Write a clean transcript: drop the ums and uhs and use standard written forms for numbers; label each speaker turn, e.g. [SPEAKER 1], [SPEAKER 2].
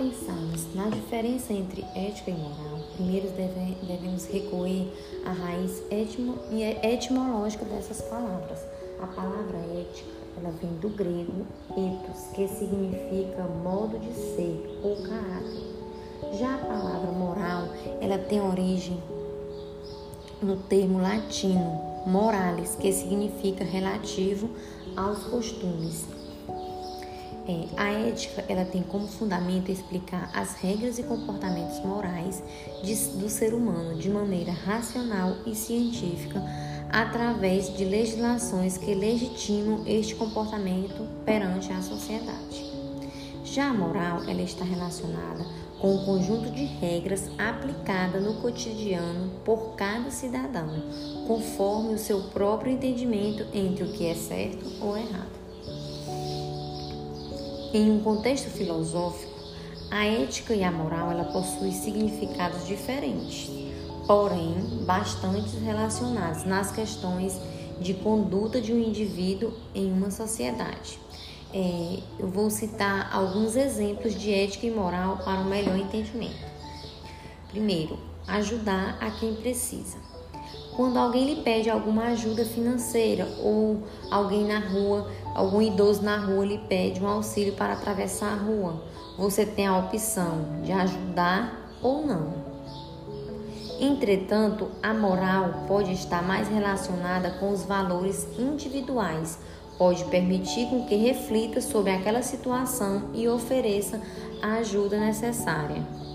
[SPEAKER 1] pensarmos na diferença entre ética e moral, primeiro devemos recorrer à raiz etimológica dessas palavras. A palavra ética, ela vem do grego ethos, que significa modo de ser ou caráter. Já a palavra moral, ela tem origem no termo latino moralis, que significa relativo aos costumes. A ética, ela tem como fundamento explicar as regras e comportamentos morais do ser humano de maneira racional e científica, através de legislações que legitimam este comportamento perante a sociedade. Já a moral, ela está relacionada com um conjunto de regras aplicada no cotidiano por cada cidadão, conforme o seu próprio entendimento entre o que é certo ou errado. Em um contexto filosófico, a ética e a moral ela possuem significados diferentes, porém bastante relacionados nas questões de conduta de um indivíduo em uma sociedade. Eu vou citar alguns exemplos de ética e moral para um melhor entendimento. Primeiro, ajudar a quem precisa. Quando alguém lhe pede alguma ajuda financeira ou alguém na rua, algum idoso na rua lhe pede um auxílio para atravessar a rua, você tem a opção de ajudar ou não. Entretanto, a moral pode estar mais relacionada com os valores individuais, pode permitir com que reflita sobre aquela situação e ofereça a ajuda necessária.